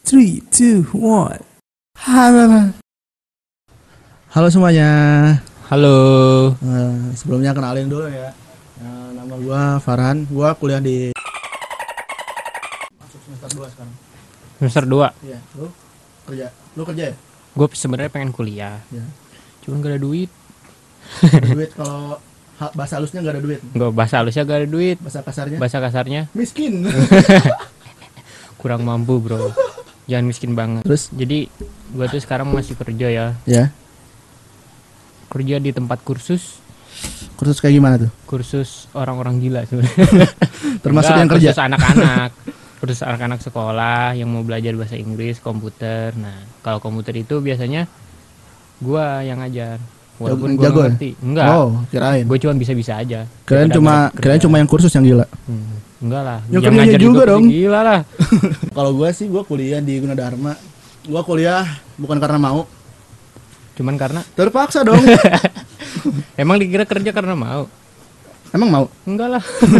3, 2, 1. Halo semuanya. Halo. Sebelumnya kenalin dulu ya. Nama gua Farhan. Gua kuliah di masuk semester 2 sekarang. Semester 2. Iya, lu kerja ya? Gue sebenarnya pengen kuliah. Iya. Cuman gak ada duit. Gak ada duit, kalau bahasa halusnya gak ada duit. Enggak, bahasa halusnya gak ada duit. Bahasa kasarnya miskin. Kurang mampu, Bro. Jangan miskin banget. Terus jadi gua tuh sekarang masih kerja ya. ya, Kerja di tempat kursus kayak gimana tuh? Kursus orang-orang gila sebenarnya. Termasuk Enggak, yang kerja? Kursus anak-anak. Kursus anak-anak sekolah yang mau belajar bahasa Inggris, komputer. Nah, kalau komputer itu biasanya gua yang ngajar. Walaupun gua jago nggak ngerti. Enggak. Oh, kirain. Gue cuma bisa-bisa aja. Kirain cuma yang kursus yang gila. Enggak lah. Yang Yang kerjanya ngajar juga juga dong. gila lah. Kalau gue sih, gue kuliah di Gunadarma. Gue kuliah bukan karena mau, Cuman karena terpaksa dong. emang dikira kerja karena mau. Emang mau? Enggak lah.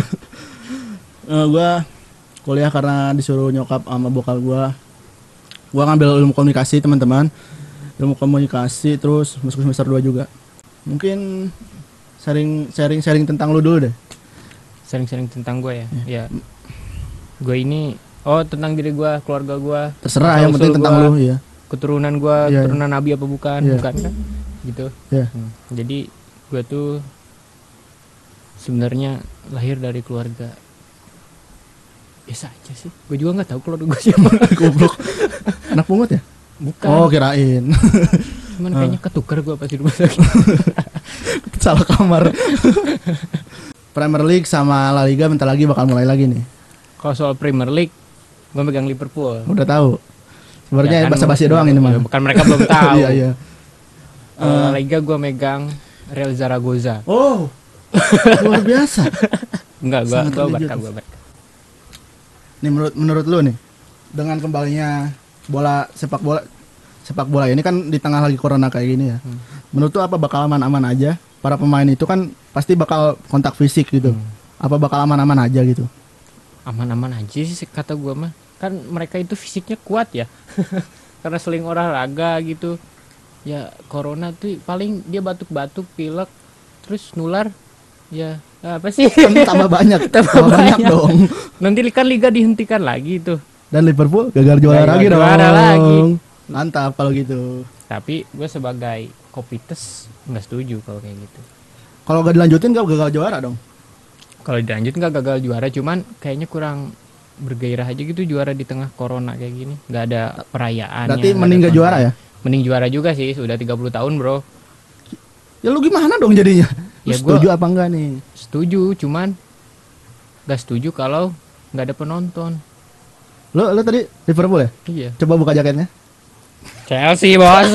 Gue kuliah karena disuruh nyokap sama bokap gue. Gue ngambil ilmu komunikasi, teman-teman. Ilmu komunikasi, terus masuk semester 2 juga. Mungkin sharing tentang lu dulu deh. Sering-sering tentang gue ya. Ya. Gue ini tentang diri gue, keluarga gue. Terserah, yang penting tentang lu ya. Keturunan gue, Iya. keturunan nabi apa bukan? Iya. Bukan kan? Gitu. Iya. Jadi gue tuh sebenarnya lahir dari keluarga biasa aja sih. Gue juga nggak tahu keluarga gue siapa. Goblok. Anak pungut ya? Bukan. Oh, kirain. Cuman kayaknya ketukar gue pas di rumah sakit. Salah kamar. Premier League sama La Liga bentar lagi bakal mulai lagi nih. Kalau soal Premier League, gue megang Liverpool. Udah tahu. Sebenarnya Ya kan, basa-basi doang ini mah. Bukan, mereka belum tahu. Iya, iya. La Liga gue megang Real Zaragoza. Oh. Luar biasa. Enggak, Sangat gue religius. Barca. Nih menurut lu nih, dengan kembalinya sepak bola ini kan di tengah lagi corona kayak gini ya. Menurut lu apa bakal aman-aman aja? Para pemain itu kan pasti bakal kontak fisik gitu. Apa bakal aman-aman aja gitu? Aman-aman aja sih kata gue mah. Kan mereka itu fisiknya kuat ya. Karena seling olahraga gitu. Ya corona tuh paling dia batuk-batuk, pilek, terus nular. Ya apa sih? Kan tambah banyak, tambah banyak dong. Nanti kan liga dihentikan lagi tuh. Dan Liverpool gagal juara lagi dong. Juara lagi. Mantap kalau gitu. Tapi gue sebagai kopites nggak setuju kalau kayak gitu. Kalau gak dilanjutin gak gagal juara dong. Kalau dilanjut nggak gagal juara, cuman kayaknya kurang bergairah aja gitu juara di tengah corona kayak gini. Nggak ada perayaan. Berarti mending gak juara ya? Mending juara juga sih, sudah 30 tahun bro. Ya lu gimana dong jadinya? Lu Ya setuju apa enggak nih? Setuju, cuman nggak setuju kalau nggak ada penonton. Lu tadi Liverpool ya? Iya. Coba buka jaketnya. Chelsea bos.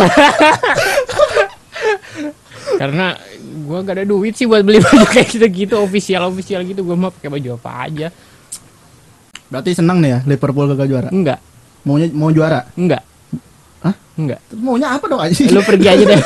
Karena gua gak ada duit sih buat beli baju kayak gitu official gitu. Gua mah pakai baju apa aja. Berarti senang nih ya Liverpool gagal juara? Enggak. Mau juara? Enggak. Hah? Enggak. Terus maunya apa dong aja? Lu pergi aja deh.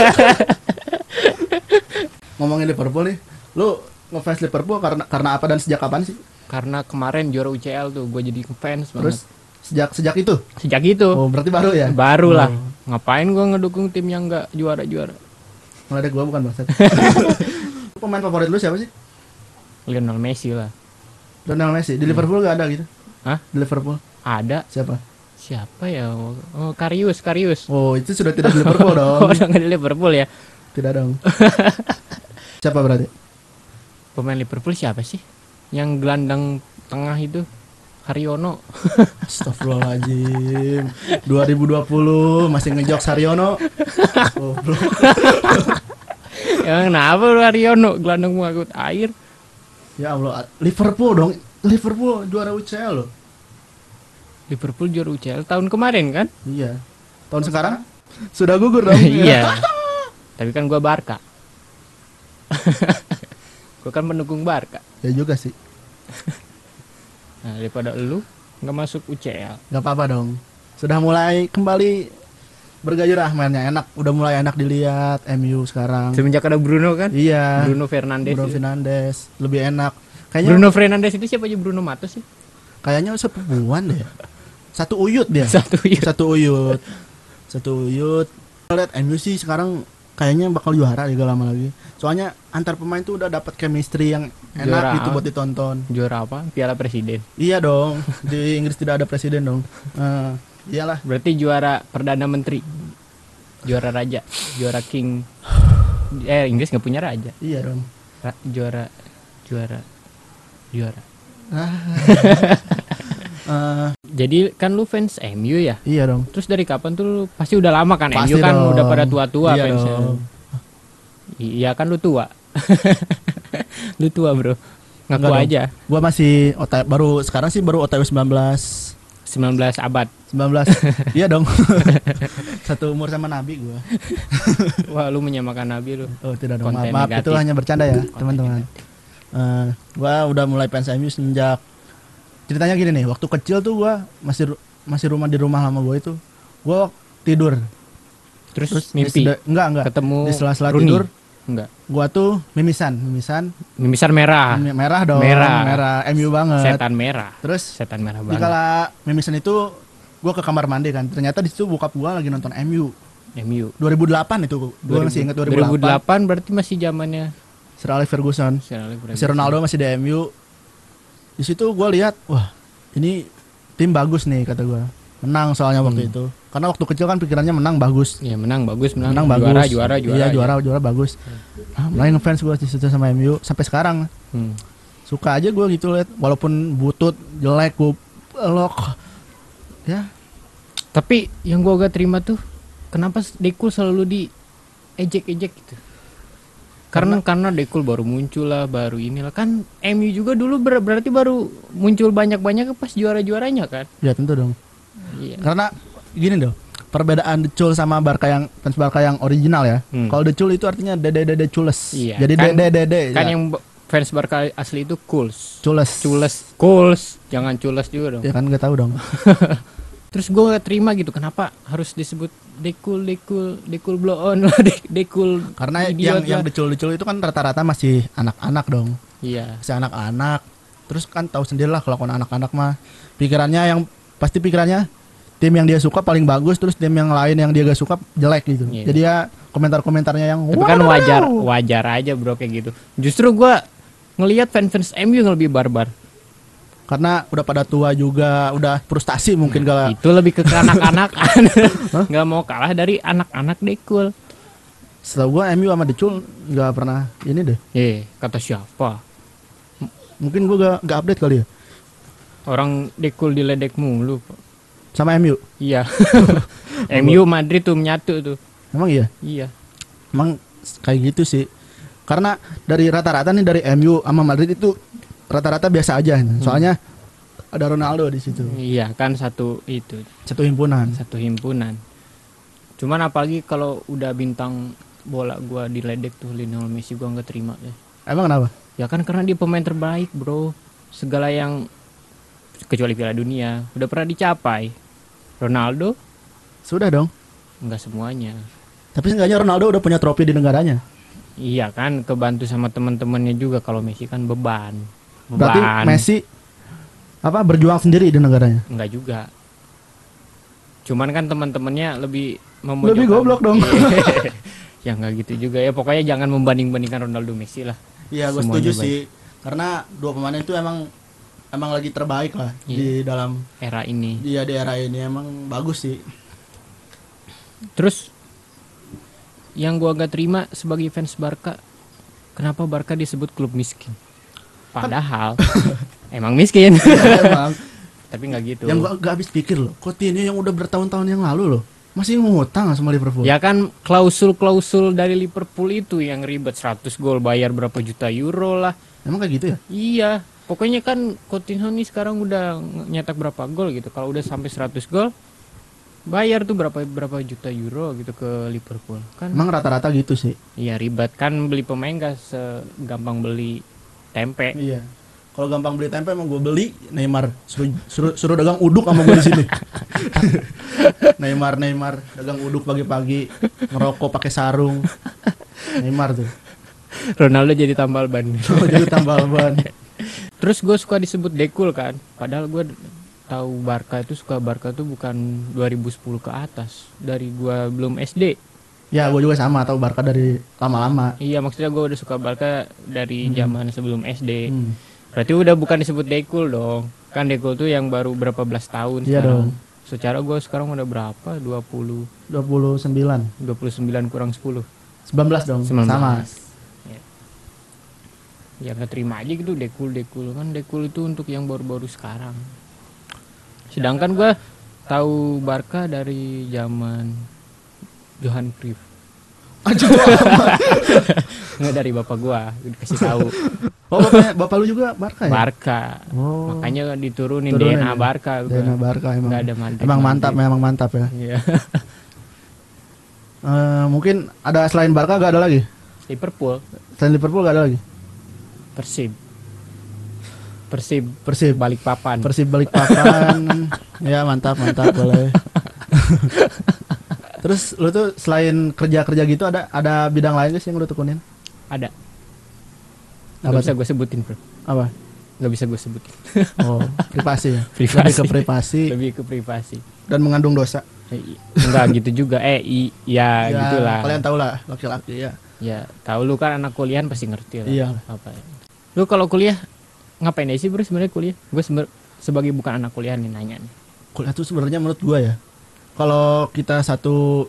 Ngomongin Liverpool nih, lu ngefans Liverpool karena apa dan sejak kapan sih? Karena kemarin juara UCL tuh gue jadi fans banget. Terus sejak itu? Sejak itu. Oh, berarti baru ya? Baru lah. Ngapain gue ngedukung tim yang nggak juara-juara? Meledek gua bukan bangsat. Pemain favorit lu siapa sih? Lionel Messi lah. Lionel Messi. Di Liverpool gak ada gitu? Hah? Di Liverpool Ada. siapa? Ya? Oh, Karius. Oh, itu sudah tidak di Liverpool dong. Oh, udah nggak di Liverpool ya? Tidak dong. Siapa berarti? Pemain Liverpool siapa sih? Yang gelandang tengah itu? Haryono. Astagfirullahaladzim. 2020 masih ngejok Saryono. Goblok. Ya kenapa lu Haryono gelandang mengangkut air? Ya Allah, Liverpool dong. Liverpool juara UCL loh. Liverpool juara UCL tahun kemarin kan? Iya. Tahun sekarang sudah gugur dong. Iya. Tapi kan gua Barca. Gua kan pendukung Barca. Ya juga sih. Nah, daripada lu nggak masuk UCL. Gak apa-apa dong. Sudah mulai kembali bergairah mainnya, enak. Udah mulai enak dilihat MU sekarang. Semenjak ada Bruno kan? Iya. Bruno Fernandes. Bruno ya. Fernandes lebih enak. Kayaknya Bruno Fernandes itu siapa aja Bruno Matos sih? kayaknya sepupuan deh. Satu uyut dia. Satu ya. Satu uyut. Lihat MU sih sekarang kayaknya bakal juara ya gak lama lagi. Soalnya antar pemain tuh udah dapat chemistry yang enak Juara gitu apa? buat ditonton. Juara apa? Piala Presiden. Iya dong. Di Inggris tidak ada presiden dong. Iyalah. Berarti juara Perdana Menteri. Juara raja, juara king. Inggris nggak punya raja. Iya dong. Juara. Jadi kan lu fans MU ya? Iya dong. Terus dari kapan tuh lu pasti udah lama kan? Pasti MU kan dong. udah pada tua-tua Iya fansnya. dong. Iya kan lu tua. Lu tua, Bro. Ngaku Enggak dong. aja. Gua masih baru sekarang sih baru OTW 19 abad. 19. Iya dong. Satu umur sama Nabi gua. Wah, lu menyamakan Nabi lu. Oh, tidak dong. Konten Maaf, negatif. itu hanya bercanda ya, Konten teman-teman. Gua udah mulai fans MU sejak ceritanya gini nih, waktu kecil tuh gua masih di rumah lama gua itu. Gua tidur. Terus mimpi Enggak. ketemu Di sela-sela Rooney? tidur Enggak. gua tuh mimisan Merah. merah dong, Merah. merah MU banget. Setan merah. Terus Setan merah di banget. kala mimisan itu gua ke kamar mandi kan. Ternyata di situ bokap gua lagi nonton MU. MU. 2008 itu gua masih ingat 2008. 2008 berarti masih zamannya Sir Alex Ferguson. Si Ronaldo masih di MU. Di situ gue lihat, wah ini tim bagus nih kata gue. Menang soalnya waktu itu. Karena waktu kecil kan pikirannya menang bagus. Iya, menang bagus. Menang bagus. Juara. Iya juara bagus. Mulai ngefans gue di situ sama MU sampai sekarang. Suka aja gue gitu lihat, walaupun butut, jelek, goblok. Ya. Tapi yang gua gak terima tuh kenapa Dekul selalu diejek-ejek gitu. Karena Dekul baru muncul lah, baru inilah kan MU juga dulu berarti baru muncul banyak-banyak pas juara-juaranya kan. Ya tentu dong. Iya. Karena gini dong, perbedaan Decul sama Barca yang fans Barca yang original ya. Kalau Decul itu artinya dede cules. Iya, Jadi kan- dede. Kan ya. yang fans Barca asli itu Kuls. Cules. Jangan cules juga dong. Ya kan nggak tahu dong. Terus gue gak terima gitu, kenapa harus disebut Dekul blow on lah, Dekul Karena idiot yang lah. decul itu kan rata-rata masih anak-anak dong. Iya. Masih anak-anak. Terus kan tahu sendiri lah kelakuan anak-anak mah. Pikirannya tim yang dia suka paling bagus, terus tim yang lain yang dia gak suka jelek gitu. Iya. Jadi ya komentar-komentarnya yang Tapi kan wajar aja bro kayak gitu. Justru gue ngelihat fans MU yang lebih barbar. karena udah pada tua juga, udah frustasi mungkin kalau Itu lebih ke anak-anak. Nggak mau kalah dari anak-anak Dekul. setelah gua MU sama Decul nggak pernah ini deh. Kata siapa? Mungkin gua nggak update kali ya Orang Dekul diledek mulu. sama MU. Iya. MU Madrid tuh menyatu tuh. Emang iya? Iya. Emang kayak gitu sih. Karena dari rata-rata nih dari MU sama Madrid itu rata-rata biasa aja. Soalnya ada Ronaldo di situ. Iya kan satu Himpunan. himpunan. Cuman apalagi kalau udah bintang bola gua diledek tuh Lionel Messi, gua nggak terima ya. Emang kenapa? Ya kan karena dia pemain terbaik bro. Segala yang kecuali Piala Dunia udah pernah dicapai. Ronaldo Sudah dong. nggak semuanya. Tapi seenggaknya Ronaldo udah punya trofi di negaranya. Iya kan kebantu sama teman-temannya juga. Kalau Messi kan beban. Berarti Messi berjuang sendiri di negaranya. Enggak juga. Cuman kan teman-temannya lebih Lebih goblok dong. Ya nggak gitu juga ya. Pokoknya jangan membanding-bandingkan Ronaldo Messi lah. Iya, gue Semuanya setuju baik. sih. Karena dua pemain itu emang lagi terbaik lah di dalam Era ini. di era ini, emang bagus sih. Terus yang gua gak terima sebagai fans Barca, kenapa Barca disebut klub miskin? Padahal emang miskin. Emang. Tapi nggak gitu. Yang gua gak habis pikir loh, Coutinho yang udah bertahun-tahun yang lalu loh masih ngutang sama Liverpool. Ya kan klausul dari Liverpool itu yang ribet, 100 gol bayar berapa juta euro lah. Emang kayak gitu ya? Iya, pokoknya kan Coutinho nih sekarang udah nyetak berapa gol gitu. Kalau udah sampai 100 gol bayar tuh berapa juta euro gitu ke Liverpool. Kan Emang rata-rata gitu sih. iya ribet kan, beli pemain gak segampang beli tempe. Iya. Kalau gampang beli tempe emang gue beli Neymar suruh dagang uduk sama gue di sini. Neymar dagang uduk pagi-pagi, ngerokok pakai sarung. Neymar tuh. Ronaldo jadi tambal ban. Jadi tambal ban. Terus gue suka disebut Dekul kan, padahal gue tahu Barca itu suka Barca tuh bukan 2010 ke atas, dari gua belum SD. Ya, gue juga sama tahu Barca dari lama-lama. Iya, maksudnya gua udah suka Barca dari zaman sebelum SD. Hmm. Berarti udah bukan disebut dekul dong. Kan dekul tuh yang baru berapa belas tahun Iya sekarang. dong. Secara gua sekarang udah berapa? 29. 29 kurang 10. 19 dong. 19. Sama. Ya nggak terima aja gitu dekul kan, dekul itu untuk yang baru-baru sekarang. Sedangkan gua tahu Barca dari zaman Johan Cruyff. Nggak, dari bapak gua dikasih tahu. Oh, bapak lu juga Barca ya? Barca. Oh. Makanya diturunin Turunin DNA ya? Barca gua. DNA Barca emang. Nggak ada mantek. Memang mantap ya. Iya. Mungkin ada selain Barca gak ada lagi? Liverpool, Selain Liverpool gak ada lagi? Persib Balikpapan. Persib Balikpapan. Ya, mantap boleh. Terus lu tuh selain kerja gitu ada bidang lain guys yang lu tekunin? Ada. Apa Nggak bisa tuh? gue sebutin, bro. Apa? Nggak bisa gue sebutin. Oh, privasi ya. Privasi. Lebih ke privasi Lebih ke privasi. dan mengandung dosa. Enggak gitu juga. Ya gitulah. Kalian tahu lah laki-laki ya. Ya, tahu lu kan anak kuliah pasti ngerti lah. Iya. Apa ya. Lu kalau kuliah ngapain aja sih, bro, sebenarnya kuliah? Gue sebagai bukan anak kuliah nih nanya nih. Kuliah tuh sebenarnya menurut gua ya. Kalau kita satu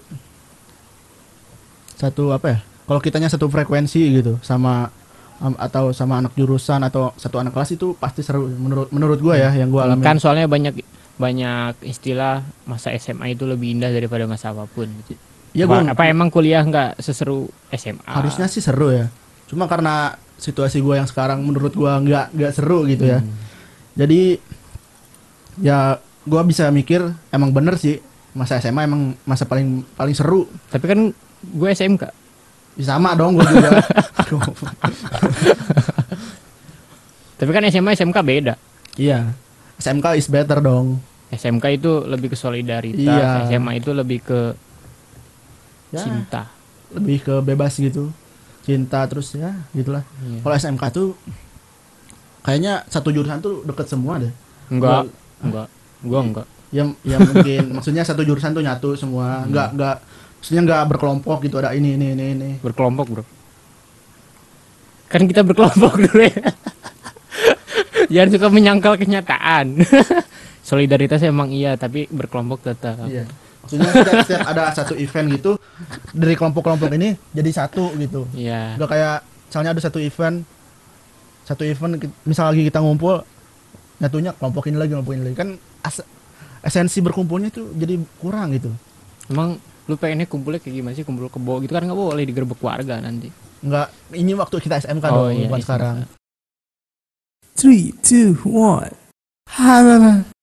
apa ya? Kalau kitanya satu frekuensi gitu sama atau sama anak jurusan atau satu anak kelas itu pasti seru menurut gua ya yang gua alami. Kan soalnya banyak istilah masa SMA itu lebih indah daripada masa apapun. Ya gua apa emang kuliah nggak seseru SMA? harusnya sih seru ya. Cuma karena situasi gua yang sekarang menurut gua nggak seru gitu ya. Jadi ya gua bisa mikir emang bener sih masa SMA emang masa paling seru. Tapi kan gue SMK. Ya, sama dong gua juga. Tapi kan SMA SMK beda. Iya. SMK is better dong. SMK itu lebih ke solidaritas, Iya. SMA itu lebih ke Ya, cinta. lebih ke bebas gitu. Cinta terus ya gitulah. Iya. Kalau SMK tuh kayaknya satu jurusan tuh deket semua deh. Enggak. Gua enggak. Ya mungkin maksudnya satu jurusan tuh nyatu semua. Enggak maksudnya enggak berkelompok gitu ada ini. Berkelompok, bro. Kan kita berkelompok dulu ya. Jangan suka menyangkal kenyataan. Solidaritas emang iya, tapi berkelompok tetap. Iya. Maksudnya setiap ada satu event gitu dari kelompok-kelompok ini jadi satu gitu. Iya. Enggak kayak misalnya ada satu event misal lagi kita ngumpul nyatunya kelompok ini lagi kan esensi berkumpulnya itu jadi kurang gitu. Emang lu pengennya kumpulnya kayak gimana sih? Kumpul kebo gitu kan nggak boleh digerebek warga nanti. Enggak, ini waktu kita SMK Oh, dong, iya, bukan SMK. sekarang. 3, 2, 1.